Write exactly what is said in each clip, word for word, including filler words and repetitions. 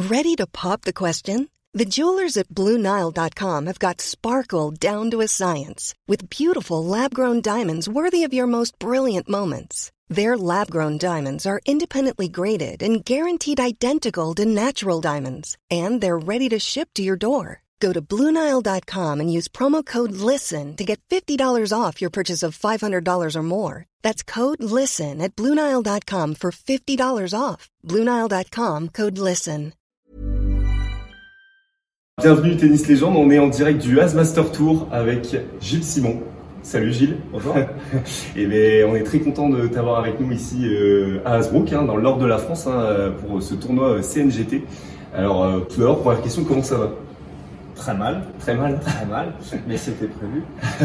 Ready to pop the question? The jewelers at Blue Nile dot com have got sparkle down to a science with beautiful lab-grown diamonds worthy of your most brilliant moments. Their lab-grown diamonds are independently graded and guaranteed identical to natural diamonds, and they're ready to ship to your door. Go to Blue Nile dot com and use promo code LISTEN to get fifty dollars off your purchase of five hundred dollars or more. That's code LISTEN at Blue Nile dot com for fifty dollars off. Blue Nile dot com, code LISTEN. Bienvenue Tennis Légende, on est en direct du As Master Tour avec Gilles Simon. Salut Gilles. Bonjour. Et bien, on est très content de t'avoir avec nous ici euh, à Hasbrook, hein, dans le nord de la France, hein, pour ce tournoi C N G T. Alors euh, tout d'abord, première question, comment ça va? Très mal. Très mal. Très mal, mais c'était prévu.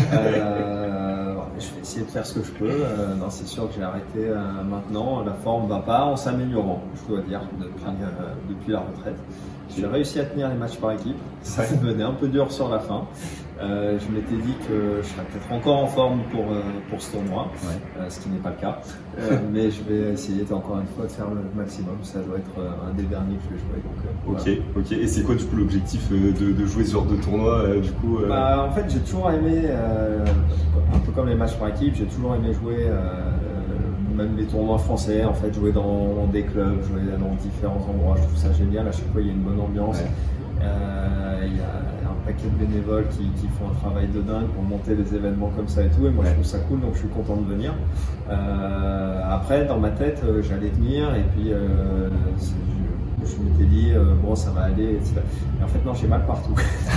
Euh, je vais essayer de faire ce que je peux. Euh, non, c'est sûr que j'ai arrêté euh, maintenant. La forme va pas en s'améliorant, je dois dire, depuis, euh, depuis la retraite. J'ai réussi à tenir les matchs par équipe. Ça devenait un peu dur sur la fin. Euh, je m'étais dit que je serais peut-être encore en forme pour, euh, pour ce tournoi, ouais. euh, ce qui n'est pas le cas. Euh, mais je vais essayer encore une fois de faire le maximum. Ça doit être euh, un des derniers que je vais jouer. Donc, euh, ok, voilà. ok. Et c'est quoi du coup l'objectif euh, de, de jouer ce genre de tournoi euh, du coup euh... bah, En fait, j'ai toujours aimé, euh, un peu comme les matchs par équipe, j'ai toujours aimé jouer. Euh, même les tournois français, en fait, jouer dans, dans des clubs, jouer dans différents endroits, je trouve ça génial. À chaque fois, il y a une bonne ambiance. Ouais. Euh, il y a un paquet de bénévoles qui, qui font un travail de dingue pour monter des événements comme ça et tout. Et moi, ouais. je trouve ça cool, donc je suis content de venir. Euh, après, dans ma tête, euh, j'allais venir et puis euh, je, je m'étais dit, euh, bon, ça va aller, et cetera. Et en fait, non, j'ai mal partout.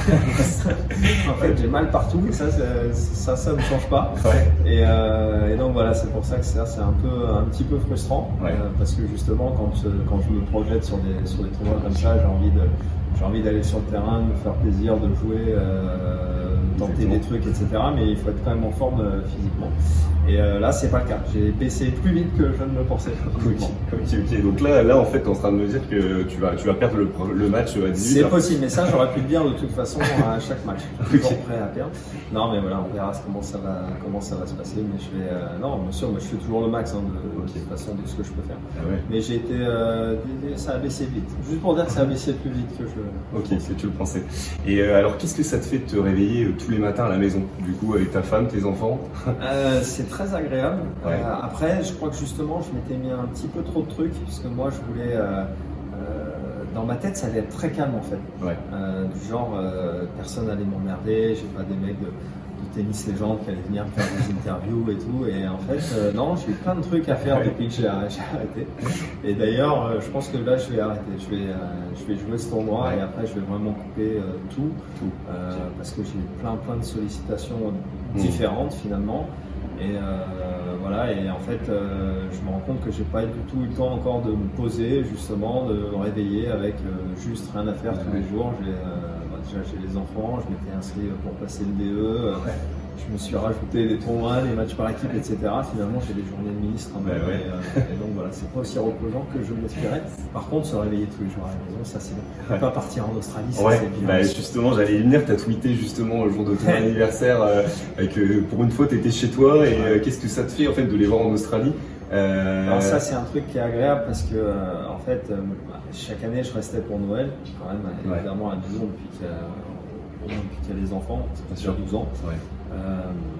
en fait, j'ai mal partout et ça, ça, ça ne change pas. Ouais. Et, euh, et donc voilà, c'est pour ça que ça, c'est un peu, un petit peu frustrant, ouais. euh, parce que justement, quand, quand je me projette sur des, sur des tournois comme ça, j'ai envie de, j'ai envie d'aller sur le terrain, de me faire plaisir, de jouer, euh, tenter Exactement. des trucs, et cetera. Mais il faut être quand même en forme euh, physiquement. Et euh, là, c'est pas le cas. J'ai baissé plus vite que je ne le pensais. Ok, ok, ok. Donc là, là, en fait, tu es en train de me dire que tu vas, tu vas perdre le, le match à dix-huit heures. C'est possible, mais ça, j'aurais pu le dire de toute façon à chaque match. Je suis toujours prêt à perdre. Non, mais voilà, on verra comment ça va, comment ça va se passer. Mais je vais, euh, non, bien sûr, moi, je fais toujours le max hein, de, okay. de toute façon de ce que je peux faire. Ah ouais. Mais j'ai été, euh, ça a baissé vite. Juste pour dire que ça a baissé plus vite que je. Ok, c'est que tu le pensais. Et euh, alors, qu'est-ce que ça te fait de te réveiller euh, tous les matins à la maison, du coup, avec ta femme, tes enfants? euh, C'est très agréable. Ouais. Euh, après, je crois que justement, je m'étais mis un petit peu trop de trucs, parce que moi, je voulais. Euh, euh, dans ma tête, ça allait être très calme en fait. Ouais. Euh, du genre, euh, personne allait m'emmerder, j'ai pas des mecs de, de tennis légende qui allaient venir me faire des interviews et tout. Et en fait, euh, non, j'ai eu plein de trucs à faire ouais. depuis que j'ai arrêté. Et d'ailleurs, euh, je pense que là, je vais arrêter. Je vais, euh, je vais jouer ce tournoi ouais. et après, je vais vraiment couper euh, tout. tout. Euh, okay. Parce que j'ai eu plein, plein de sollicitations mmh. différentes finalement. Et euh, voilà, et en fait, euh, je me rends compte que j'ai pas du tout eu le temps encore de me poser, justement, de me réveiller avec euh, juste rien à faire ouais. tous les jours. J'ai, euh, bah, déjà, j'ai les enfants, je m'étais inscrit pour passer le D E. Ouais. Je me suis rajouté des tournois, des matchs par équipe, et cetera. Finalement, j'ai des journées de ministre. Ouais, ouais. Et, euh, et donc voilà, c'est pas aussi reposant que je l'espérais. Par contre, se réveiller tous les jours à la maison, ça c'est bon. Ouais. Pas partir en Australie, ça ouais. c'est bien. Bah, justement, j'allais y venir. Tu as tweeté justement le jour de ton anniversaire euh, que euh, pour une fois, tu étais chez toi. Et euh, qu'est-ce que ça te fait en fait de les voir en Australie? Euh... Alors ça, c'est un truc qui est agréable parce que euh, en fait, euh, chaque année, je restais pour Noël, quand même, ouais. évidemment à la maison depuis qu'il y a, depuis qu'il y a les enfants, ça fait douze ans. Ouais. Euh,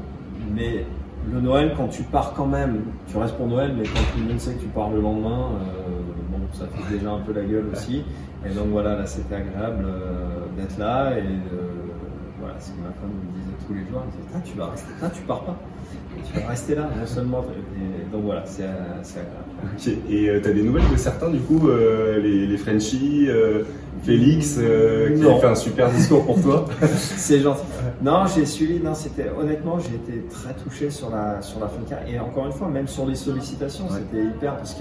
mais le Noël, quand tu pars quand même, tu restes pour Noël, mais quand tout le monde sait que tu pars le lendemain, euh, bon, ça fait déjà un peu la gueule aussi. Et donc voilà, là c'était agréable euh, d'être là. Et euh, voilà, ce que ma femme me disait tous les jours, elle me disait, tu vas rester là, tu pars pas. Tu vas rester là, non seulement. Et donc voilà, c'est, c'est agréable. Ok, et euh, tu as des nouvelles de certains du coup, euh, les, les Frenchies, euh, Félix, euh, qui non. a fait un super discours pour toi? C'est gentil. Non, j'ai suivi, non, c'était, honnêtement, j'ai été très touché sur la, sur la Funka. Et encore une fois, même sur les sollicitations, ouais. c'était hyper parce que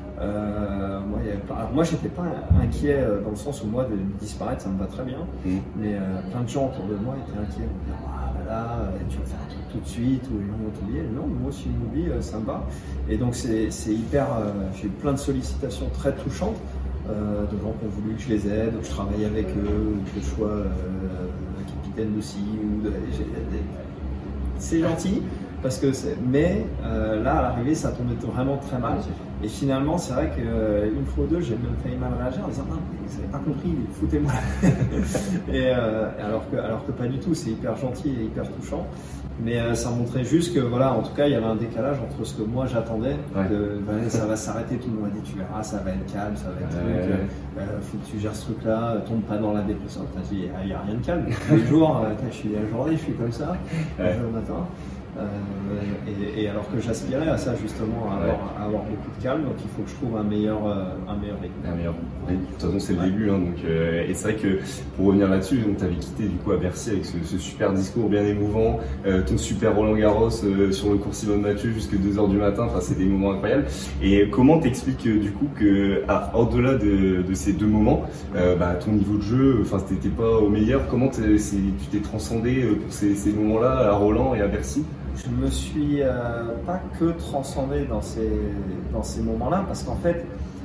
euh, moi, y avait pas, alors moi, j'étais pas inquiet dans le sens où moi, de disparaître, ça me va très bien. Mmh. Mais euh, plein de gens autour de moi étaient inquiets. On me disait, ah, bah là, tu vas faire un truc tout de suite, ou les gens vont t'oublier. Non, moi, si je m'oublie, ça me va. Et donc, c'est, c'est hyper, euh, j'ai eu plein de sollicitations très touchantes. Euh, de gens qui ont voulu que je les aide, que je travaille avec eux, ou que je sois euh, capitaine aussi. Ou de, j'ai, des, c'est gentil, parce que c'est, mais euh, là, à l'arrivée, ça tombait vraiment très mal. Et finalement, c'est vrai qu'une fois ou deux, j'ai même failli mal réagir en disant non, vous n'avez pas compris, foutez-moi. et euh, alors, que, alors que pas du tout, c'est hyper gentil et hyper touchant. Mais euh, ça montrait juste que, voilà, en tout cas, il y avait un décalage entre ce que moi j'attendais, ouais. de ben, ça va s'arrêter, tout le monde m'a dit tu verras, ça va être calme, ça va être ouais. truc, euh, faut que tu gères ce truc-là, tombe pas dans la dépression. T'as dit, il n'y a rien de calme. Tous les jours, euh, je suis la journée, je suis comme ça, ouais. le matin. Euh, et, et alors que j'aspirais à ça justement, à avoir, ouais. à avoir beaucoup de calme, donc il faut que je trouve un meilleur, euh, un meilleur rythme. Un meilleur. Oui, de toute façon c'est le ouais. début, hein, donc, euh, et c'est vrai que pour revenir là-dessus, tu avais quitté du coup à Bercy avec ce, ce super discours bien émouvant, euh, ton super Roland Garros euh, sur le cours Simone Mathieu jusqu'à deux heures du matin, enfin c'est des moments incroyables. Et comment t'expliques euh, du coup que ah, au-delà de, de ces deux moments, euh, bah, ton niveau de jeu, enfin t'étais pas au meilleur, comment tu t'es transcendé pour ces, ces moments-là à Roland et à Bercy? Je me suis euh, pas que transcendé dans ces, dans ces moments-là, parce qu'en fait,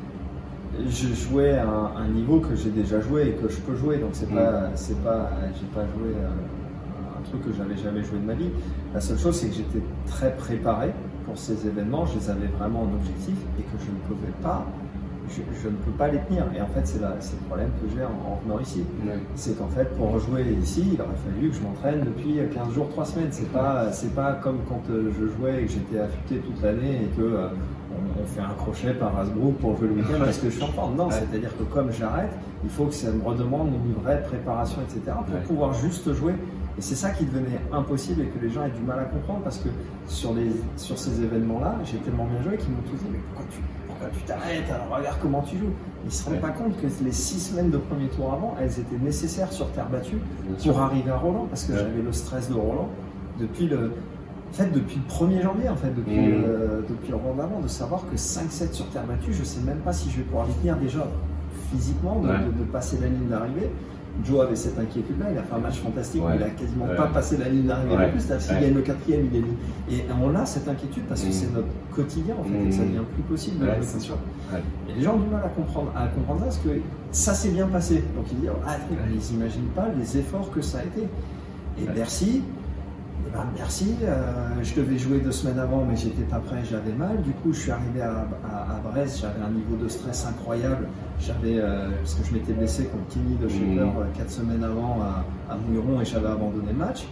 je jouais à un, un niveau que j'ai déjà joué et que je peux jouer, donc c'est mmh. pas, c'est pas, j'ai pas joué euh, un truc que j'avais jamais joué de ma vie. La seule chose, c'est que j'étais très préparé pour ces événements, je les avais vraiment en objectif et que je ne pouvais pas. Je, je ne peux pas les tenir, et en fait c'est, la, c'est le problème que j'ai en, en venant ici. Ouais. C'est qu'en fait pour jouer ici, il aurait fallu que je m'entraîne depuis quinze jours, trois semaines. C'est pas, c'est pas comme quand euh, je jouais et que j'étais affûté toute l'année et que euh, on, on fait un crochet par Hasbro pour jouer le week-end parce que je suis en forme. Non, ouais. c'est-à-dire que comme j'arrête, il faut que ça me redemande une vraie préparation, et cetera pour ouais. pouvoir juste jouer. Et c'est ça qui devenait impossible et que les gens aient du mal à comprendre, parce que sur, les, sur ces événements-là, j'ai tellement bien joué qu'ils m'ont tous dit mais pourquoi tu, pourquoi tu t'arrêtes, alors regarde comment tu joues. Ils ne se rendent ouais. pas compte que les six semaines de premier tour avant, elles étaient nécessaires sur terre battue pour arriver à Roland, parce que ouais. j'avais le stress de Roland depuis le, en fait, depuis le premier janvier, en fait, depuis, mmh. euh, depuis le round d'avant, de savoir que cinq sept sur terre battue, je ne sais même pas si je vais pouvoir les tenir déjà physiquement, de, ouais. de, de passer la ligne d'arrivée. Joe avait cette inquiétude-là, il a fait un match fantastique, ouais. il a quasiment ouais. pas passé la ligne d'arrivée ouais. de plus, s'il ouais. gagne le quatrième, il est mis. Et on a cette inquiétude parce que mmh. c'est notre quotidien en fait, mmh. et que ça devient plus possible de ouais, c'est sûr. Ouais. Et les gens ont du mal à comprendre, à comprendre ça, parce que ça s'est bien passé. Donc ils disent, ah, ouais. ils n'imaginent pas les efforts que ça a été. Et ouais. merci. Eh ben, merci, euh, je devais jouer deux semaines avant mais j'étais pas prêt, j'avais mal, du coup je suis arrivé à, à, à Brest, j'avais un niveau de stress incroyable, j'avais, euh, parce que je m'étais blessé contre Kenny de Shaper mmh. quatre semaines avant à, à Mouilleron et j'avais abandonné le match,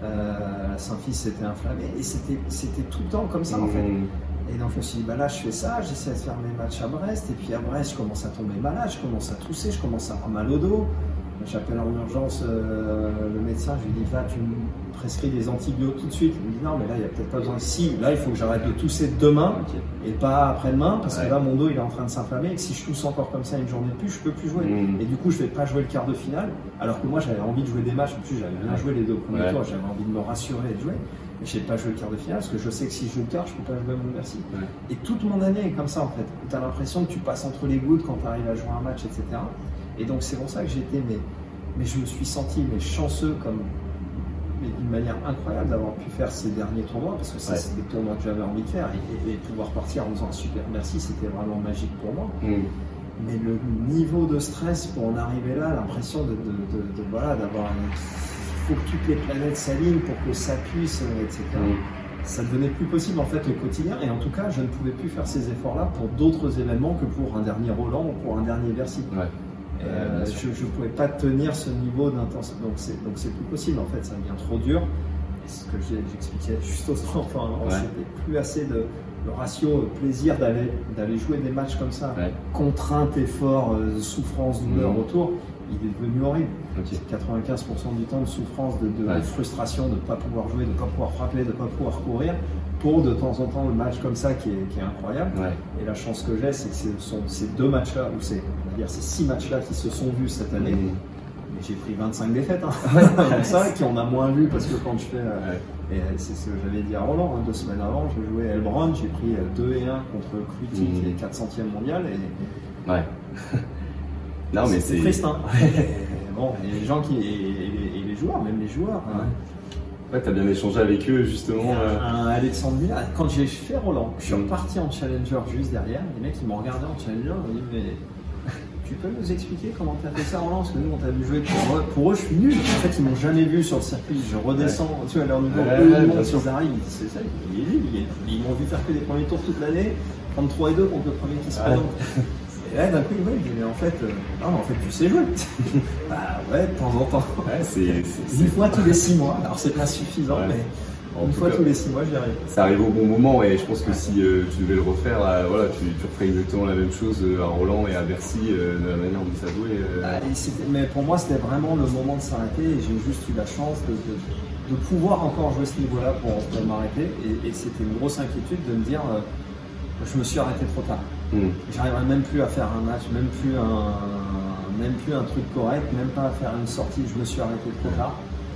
euh, Saint-Fils s'était inflammé et c'était, c'était tout le temps comme ça mmh. en fait. Et donc je me suis dit, bah là je fais ça, j'essaie de faire mes matchs à Brest, et puis à Brest je commence à tomber malade, je commence à tousser, je commence à avoir mal au dos. J'appelle en urgence euh, le médecin, je lui dis va, tu me prescris des antibiotiques tout de suite. Il me dit non, mais là il n'y a peut-être pas besoin. Si, là il faut que j'arrête de tousser demain okay. et pas après-demain, parce ouais. que là mon dos il est en train de s'inflammer et que si je tousse encore comme ça une journée de plus, je peux plus jouer. Mmh. Et du coup je vais pas jouer le quart de finale, alors que moi j'avais envie de jouer des matchs, en plus j'avais bien joué les deux premiers ouais. tours, j'avais envie de me rassurer et de jouer. Mais je n'ai pas joué le quart de finale parce que je sais que si je joue le quart, je ne peux pas jouer à mon Bercy. Ouais. Et toute mon année est comme ça en fait. Tu as l'impression que tu passes entre les gouttes quand tu arrives à jouer un match, et cetera. Et donc c'est pour ça que j'ai été, mais, mais je me suis senti mais chanceux comme mais d'une manière incroyable d'avoir pu faire ces derniers tournois, parce que ça ouais. c'est des tournois que j'avais envie de faire et, et, et pouvoir partir en faisant un super Bercy, c'était vraiment magique pour moi. Mm. Mais le niveau de stress pour en arriver là, l'impression de, de, de, de voilà d'avoir une... il faut que toutes les planètes s'alignent pour que ça puisse, et cetera. Mm. Ça ne devenait plus possible en fait au quotidien, et en tout cas je ne pouvais plus faire ces efforts-là pour d'autres événements que pour un dernier Roland ou pour un dernier Bercy. Ouais. Euh, je ne pouvais pas tenir ce niveau d'intensité, donc c'est, donc c'est plus possible en fait, ça devient trop dur. Et ce que j'expliquais juste aux enfants, ouais. c'était plus assez de le ratio plaisir d'aller, d'aller jouer des matchs comme ça, ouais. contrainte, effort, euh, souffrance, douleur mmh. autour. Il est devenu horrible. Okay. quatre-vingt-quinze pour cent du temps de souffrance, de, de, ouais. de frustration, de ne pas pouvoir jouer, de ne pas pouvoir frapper, de ne pas pouvoir courir, pour de temps en temps le match comme ça qui est, qui est incroyable. Ouais. Et la chance que j'ai, c'est que ce sont ces deux matchs-là, ou c'est, on va dire ces six matchs-là qui se sont vus cette année. Mmh. Mais j'ai pris vingt-cinq défaites, hein. comme ça, qui on a moins vu parce que quand je fais. Euh, ouais. Et c'est ce que j'avais dit à Roland, hein, deux semaines avant, je jouais Elbron, j'ai pris deux et un contre Kluti mmh. qui est quatre centième mondial. Et, ouais. Non, mais c'est, c'est triste, hein. Bon, et les gens qui, et, et, et les joueurs, même les joueurs. Ouais, hein. Ouais, t'as bien échangé avec eux justement. Un, un Alexandre Mila. Quand j'ai fait Roland, je suis reparti en challenger juste derrière. Les mecs, ils m'ont regardé en challenger, ils m'ont dit mais tu peux nous expliquer comment t'as fait ça Roland, parce que nous on t'a vu jouer. Pour eux, pour eux, je suis nul. En fait, ils m'ont jamais vu sur le circuit. Je redescends, ouais. tu vois, à leur niveau. Ouais, eux, ils montent sur Zari, c'est ça. Ils, ils, ils, ils m'ont vu faire que des premiers tours toute l'année. trente-trois et deux contre le premier qui se présente. Et là, d'un coup, ouais, il dit, mais en fait, euh, non, mais en fait, tu sais jouer. Bah ouais, de temps en temps. Ouais, c'est, c'est, une fois tous les six mois. Alors, c'est pas suffisant, ouais. mais en une fois cas, tous les six mois, j'y arrive. Ça arrive au bon moment et je pense que si euh, tu devais le refaire, euh, voilà, tu, tu referais exactement la même chose à Roland et à Bercy, euh, de la manière dont ça jouait. Euh... Ah, mais pour moi, c'était vraiment le moment de s'arrêter et j'ai juste eu la chance de, de, de pouvoir encore jouer ce niveau-là pour, pour m'arrêter. Et, et c'était une grosse inquiétude de me dire, euh, je me suis arrêté trop tard. Mmh. J'arriverai même plus à faire un match, même plus un, même plus un truc correct, même pas à faire une sortie. Je me suis arrêté trop tard.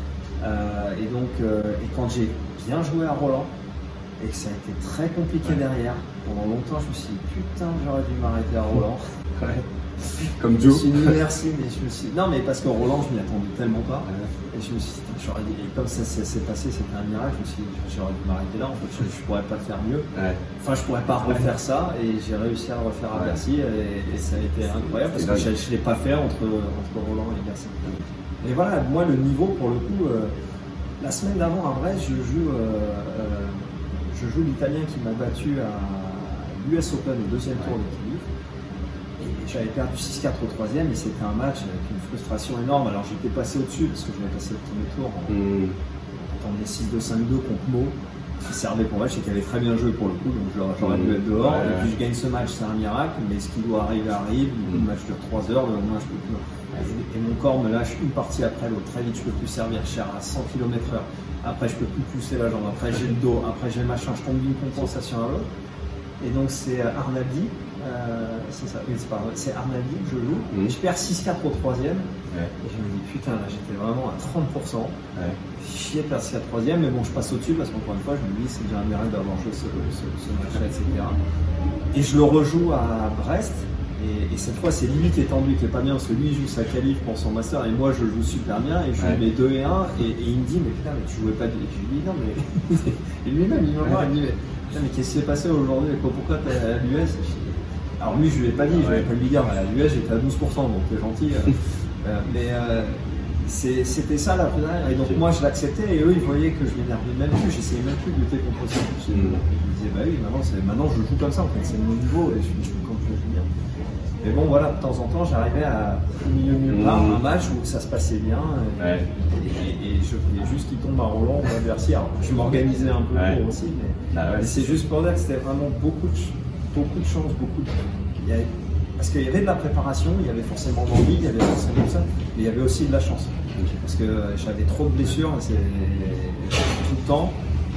Euh, et donc, euh, et quand j'ai bien joué à Roland et que ça a été très compliqué derrière, pendant longtemps, je me suis dit putain, j'aurais dû m'arrêter à Roland. Ouais. Comme Joe. Je me suis dit merci, mais je me suis non, mais parce que Roland, je m'y attendais tellement pas. Ouais. Et je me suis dit, j'aurais dit, et comme ça s'est passé, c'était un miracle. Je me suis dit, j'aurais dû m'arrêter là. En fait, je, je pourrais pas le faire mieux. Ouais. Enfin, je pourrais pas refaire ça. Et j'ai réussi à le refaire à ouais. Bercy. Et, et ça a été incroyable parce que je, je l'ai pas fait entre, entre Roland et Bercy. Et voilà, moi, le niveau, pour le coup, euh, la semaine d'avant à Brest, je joue, euh, euh, je joue l'Italien qui m'a battu à l'U S Open au deuxième tour de Toulouse. Et j'avais perdu six quatre au troisième et c'était un match avec une frustration énorme. Alors j'étais passé au-dessus parce que j'avais passé le premier tour en mmh. des six deux cinq deux contre Mo qui servait pour match et qui avait très bien joué pour le coup, donc j'aurais mmh. dû être dehors. Ouais, et puis je gagne ce match, c'est un miracle, mais ce qui doit arriver arrive. Mmh. Le match dure trois heures, le lendemain je peux plus. Et mon corps me lâche une partie après l'autre. Très vite, je peux plus servir cher à cent kilomètres heure. Après, je peux plus pousser la jambe. Après, j'ai le dos. Après, j'ai le machin. Je tombe d'une compensation à l'autre. Et donc, c'est Arnaldi. Euh, c'est ça, oui, c'est pas vrai. C'est Arnaldi que je joue. Mmh. Je perds six quatre au troisième. Ouais. Et je me dis, putain, là, j'étais vraiment à trente pour cent. Ouais. Chier de perdre six quatre au troisième. Mais bon, je passe au-dessus parce qu'encore une fois, je me dis, c'est déjà un miracle d'avoir joué ce, ce, ce match-là, et cetera. Et je le rejoue à Brest. Et, et cette fois, c'est lui qui est tendu, qui est pas bien, parce que lui, il joue sa qualif pour son master, et moi, je joue super bien, et je joue ouais. mes deux et un, et, et il me dit, mais putain, mais tu jouais pas du. Et je lui dis, non, mais. Et lui-même, il me voit, il me dit, mais, putain, mais qu'est-ce qui s'est passé aujourd'hui? Pourquoi t'es à l'U S? Alors, lui, je lui ai pas dit, je lui ai pas lui dire, à l'U S, j'étais à douze pour cent, donc t'es gentil. euh, mais euh, c'est, c'était ça la première, et donc okay. moi, je l'acceptais, et eux, ils voyaient que je m'énervais même plus, j'essayais même plus de lutter contre ça. Je me disais, bah oui, maintenant, c'est, maintenant, je joue comme ça, en fait, c'est mon niveau, et je joue comme je joue bien. Mais bon, voilà, de temps en temps, j'arrivais à, au milieu de nulle part, mmh. un match où ça se passait bien, et, ouais. et, et, et je voulais juste qu'il tombe à Roland ou à Bercy. Alors, je m'organisais un peu ouais. pour aussi, mais, ah ouais, mais c'est, c'est juste pour dire que c'était vraiment beaucoup de, beaucoup de chance, beaucoup de... Il y avait, parce qu'il y avait de la préparation, il y avait forcément l'envie, il y avait forcément ça, mais il y avait aussi de la chance. Okay. Parce que j'avais trop de blessures, c'est tout le temps,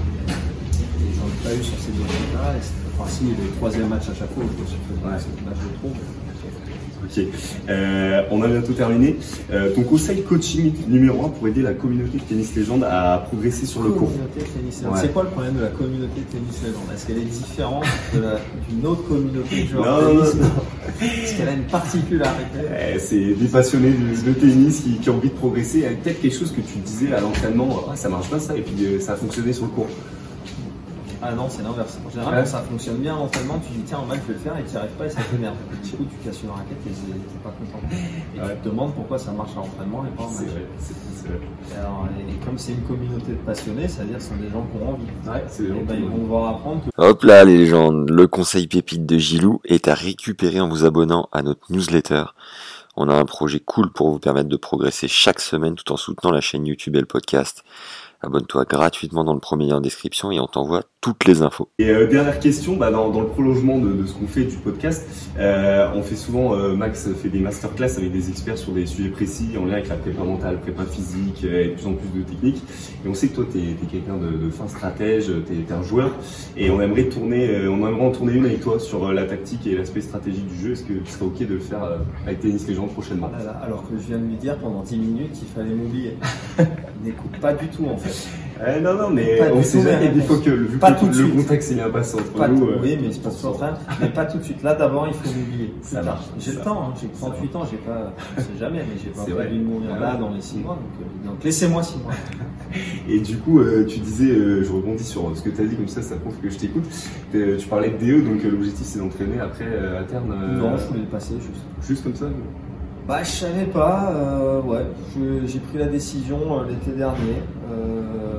et j'en ai pas eu sur ces deux matchs-là. Enfin, si, le troisième match à chaque fois, je me suis fait ouais. ce match de trop. Ok, euh, on a bientôt terminé. Euh, ton conseil coaching numéro un pour aider la communauté de Tennis Légende à progresser sur le court. Communauté de Tennis Légende. Ouais. C'est quoi le problème de la communauté de Tennis Légende? Est-ce qu'elle est différente de la, d'une autre communauté de joueurs de tennis? Non. Est-ce qu'elle a une particularité? euh, C'est des passionnés de, de tennis qui, qui ont envie de progresser. Il y a peut-être quelque chose que tu disais à l'entraînement, ouais, ça marche pas ça, et puis euh, ça a fonctionné sur le court. Ah non, c'est l'inverse. En général, ouais. quand ça fonctionne bien l'entraînement, tu dis tiens, en match, je vais le faire et tu n'y arrives pas et ça t'énerve. Du coup, tu casses une raquette et tu n'es pas content. Et ouais. tu te demandes pourquoi ça marche à l'entraînement et pas en match. C'est vrai, c'est, c'est vrai. Et, alors, et comme c'est une communauté de passionnés, c'est-à-dire que ce sont des gens qui ont envie. Ouais, c'est et ben, ils vont devoir apprendre que. Hop là, les légendes. Le conseil pépite de Gilou est à récupérer en vous abonnant à notre newsletter. On a un projet cool pour vous permettre de progresser chaque semaine tout en soutenant la chaîne YouTube et le podcast. Abonne-toi gratuitement dans le premier lien en description et on t'envoie toutes les infos. Et euh, dernière question, bah dans, dans le prolongement de, de ce qu'on fait du podcast, euh, on fait souvent, euh, Max fait des masterclass avec des experts sur des sujets précis en lien avec la prépa mentale, prépa physique et de plus en plus de techniques. Et on sait que toi, tu es quelqu'un de, de fin stratège, tu es un joueur et on aimerait tourner, euh, on aimerait en tourner une avec toi sur euh, la tactique et l'aspect stratégique du jeu. Est-ce que tu serais ok de le faire euh, avec Tennis Légende prochainement? Alors que je viens de lui dire pendant dix minutes qu'il fallait m'oublier. Il n'écoute pas du tout en fait. Euh, non, non, mais pas on sait jamais, il faut que, vu pas que tout le, le contexte est bien passé entre pas nous. Tout, euh, oui, mais il se passe tout en train, mais pas tout de suite. Là, d'abord, il faut m'oublier. Ça marche. J'ai le temps, hein, j'ai trente-huit ans, j'ai pas, je sais jamais, mais j'ai pas prévu de mourir là dans les six mois, donc, euh, donc laissez-moi six mois. Et du coup, euh, tu disais, euh, je rebondis sur ce que tu as dit, comme ça, ça prouve que je t'écoute. Euh, tu parlais de D E, donc euh, l'objectif c'est d'entraîner après euh, à terme. Euh, non, je voulais le passer juste. Juste comme ça. Bah, je savais pas, euh, ouais, je, j'ai pris la décision euh, l'été dernier. Euh, on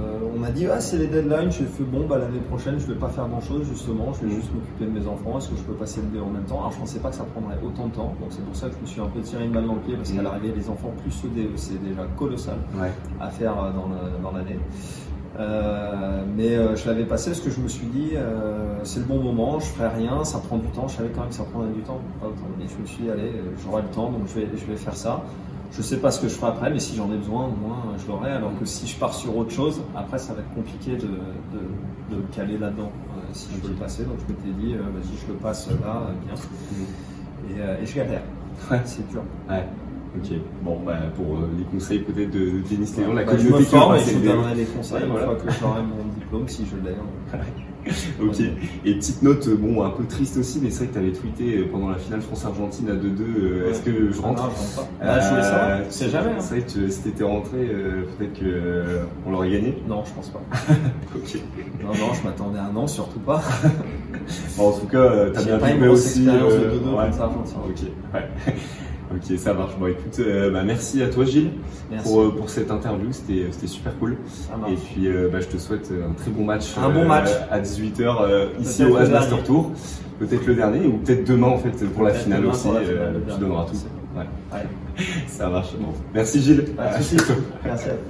m'a dit ah c'est les deadlines, j'ai fait bon bah l'année prochaine je vais pas faire grand chose justement, je vais juste m'occuper de mes enfants, est-ce que je peux passer les deux en même temps? Alors je pensais pas que ça prendrait autant de temps, donc c'est pour ça que je me suis un peu tiré une balle dans le pied parce qu'à l'arrivée les enfants plus le D E c'est déjà colossal ouais. à faire dans, le, dans l'année. Euh, mais euh, je l'avais passé parce que je me suis dit euh, c'est le bon moment, je ferai rien, ça prend du temps, je savais quand même que ça prendrait du temps, pas autant, mais je me suis dit allez j'aurai le temps donc je vais, je vais faire ça. Je sais pas ce que je ferai après, mais si j'en ai besoin, au moins je l'aurai. Alors que si je pars sur autre chose, après ça va être compliqué de, de, de me caler là-dedans. Euh, si je peux le passer, donc je m'étais dit, euh, vas-y, je le passe là, euh, bien. Et, euh, et je galère. Ouais. C'est dur. Ouais. Ok. Bon, bah, pour euh, les conseils peut-être de, de Denis Léon, ouais, la bah, communauté qui va passer. Je vous donnerai des conseils ouais, une voilà. fois que j'aurai mon diplôme, si je l'ai. Ok. Et petite note, bon, un peu triste aussi, mais c'est vrai que tu avais tweeté pendant la finale France-Argentine à deux deux. Euh, ouais. Est-ce que je rentre? Ah non, je rentre pas. Euh, je voulais savoir. C'est jamais. Hein. C'est vrai que si t'étais rentré, euh, peut-être qu'on euh, l'aurait gagné. Non, je pense pas. Ok. Non, non, je m'attendais à un an, surtout pas. Bon, en tout cas, t'as bien joué aussi. Euh, de deux deux ouais. contre l'Argentine. Ok. Ouais. Ok, ça marche. Bon, écoute, euh, bah, merci à toi, Gilles, merci. Pour, euh, pour cette interview. C'était, c'était super cool. Et puis, euh, bah, je te souhaite un très bon match. Un euh, bon match. À dix-huit heures, euh, ici au As Master Tour. Peut-être le dernier, ou peut-être demain, en fait, pour la peut-être finale aussi. La finale, euh, tu donneras tout. Ouais. Ouais. Ça marche. Bon. Merci, Gilles. Merci. Merci à toi.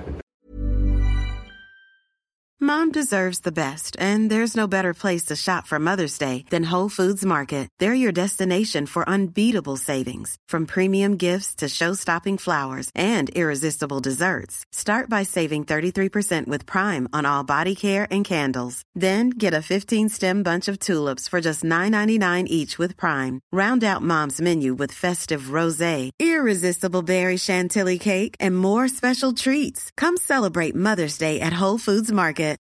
Mom deserves the best, and there's no better place to shop for Mother's Day than Whole Foods Market. They're your destination for unbeatable savings, from premium gifts to show-stopping flowers and irresistible desserts. Start by saving thirty-three percent with Prime on all body care and candles. Then get a fifteen-stem bunch of tulips for just nine ninety-nine each with Prime. Round out Mom's menu with festive rosé, irresistible berry chantilly cake, and more special treats. Come celebrate Mother's Day at Whole Foods Market.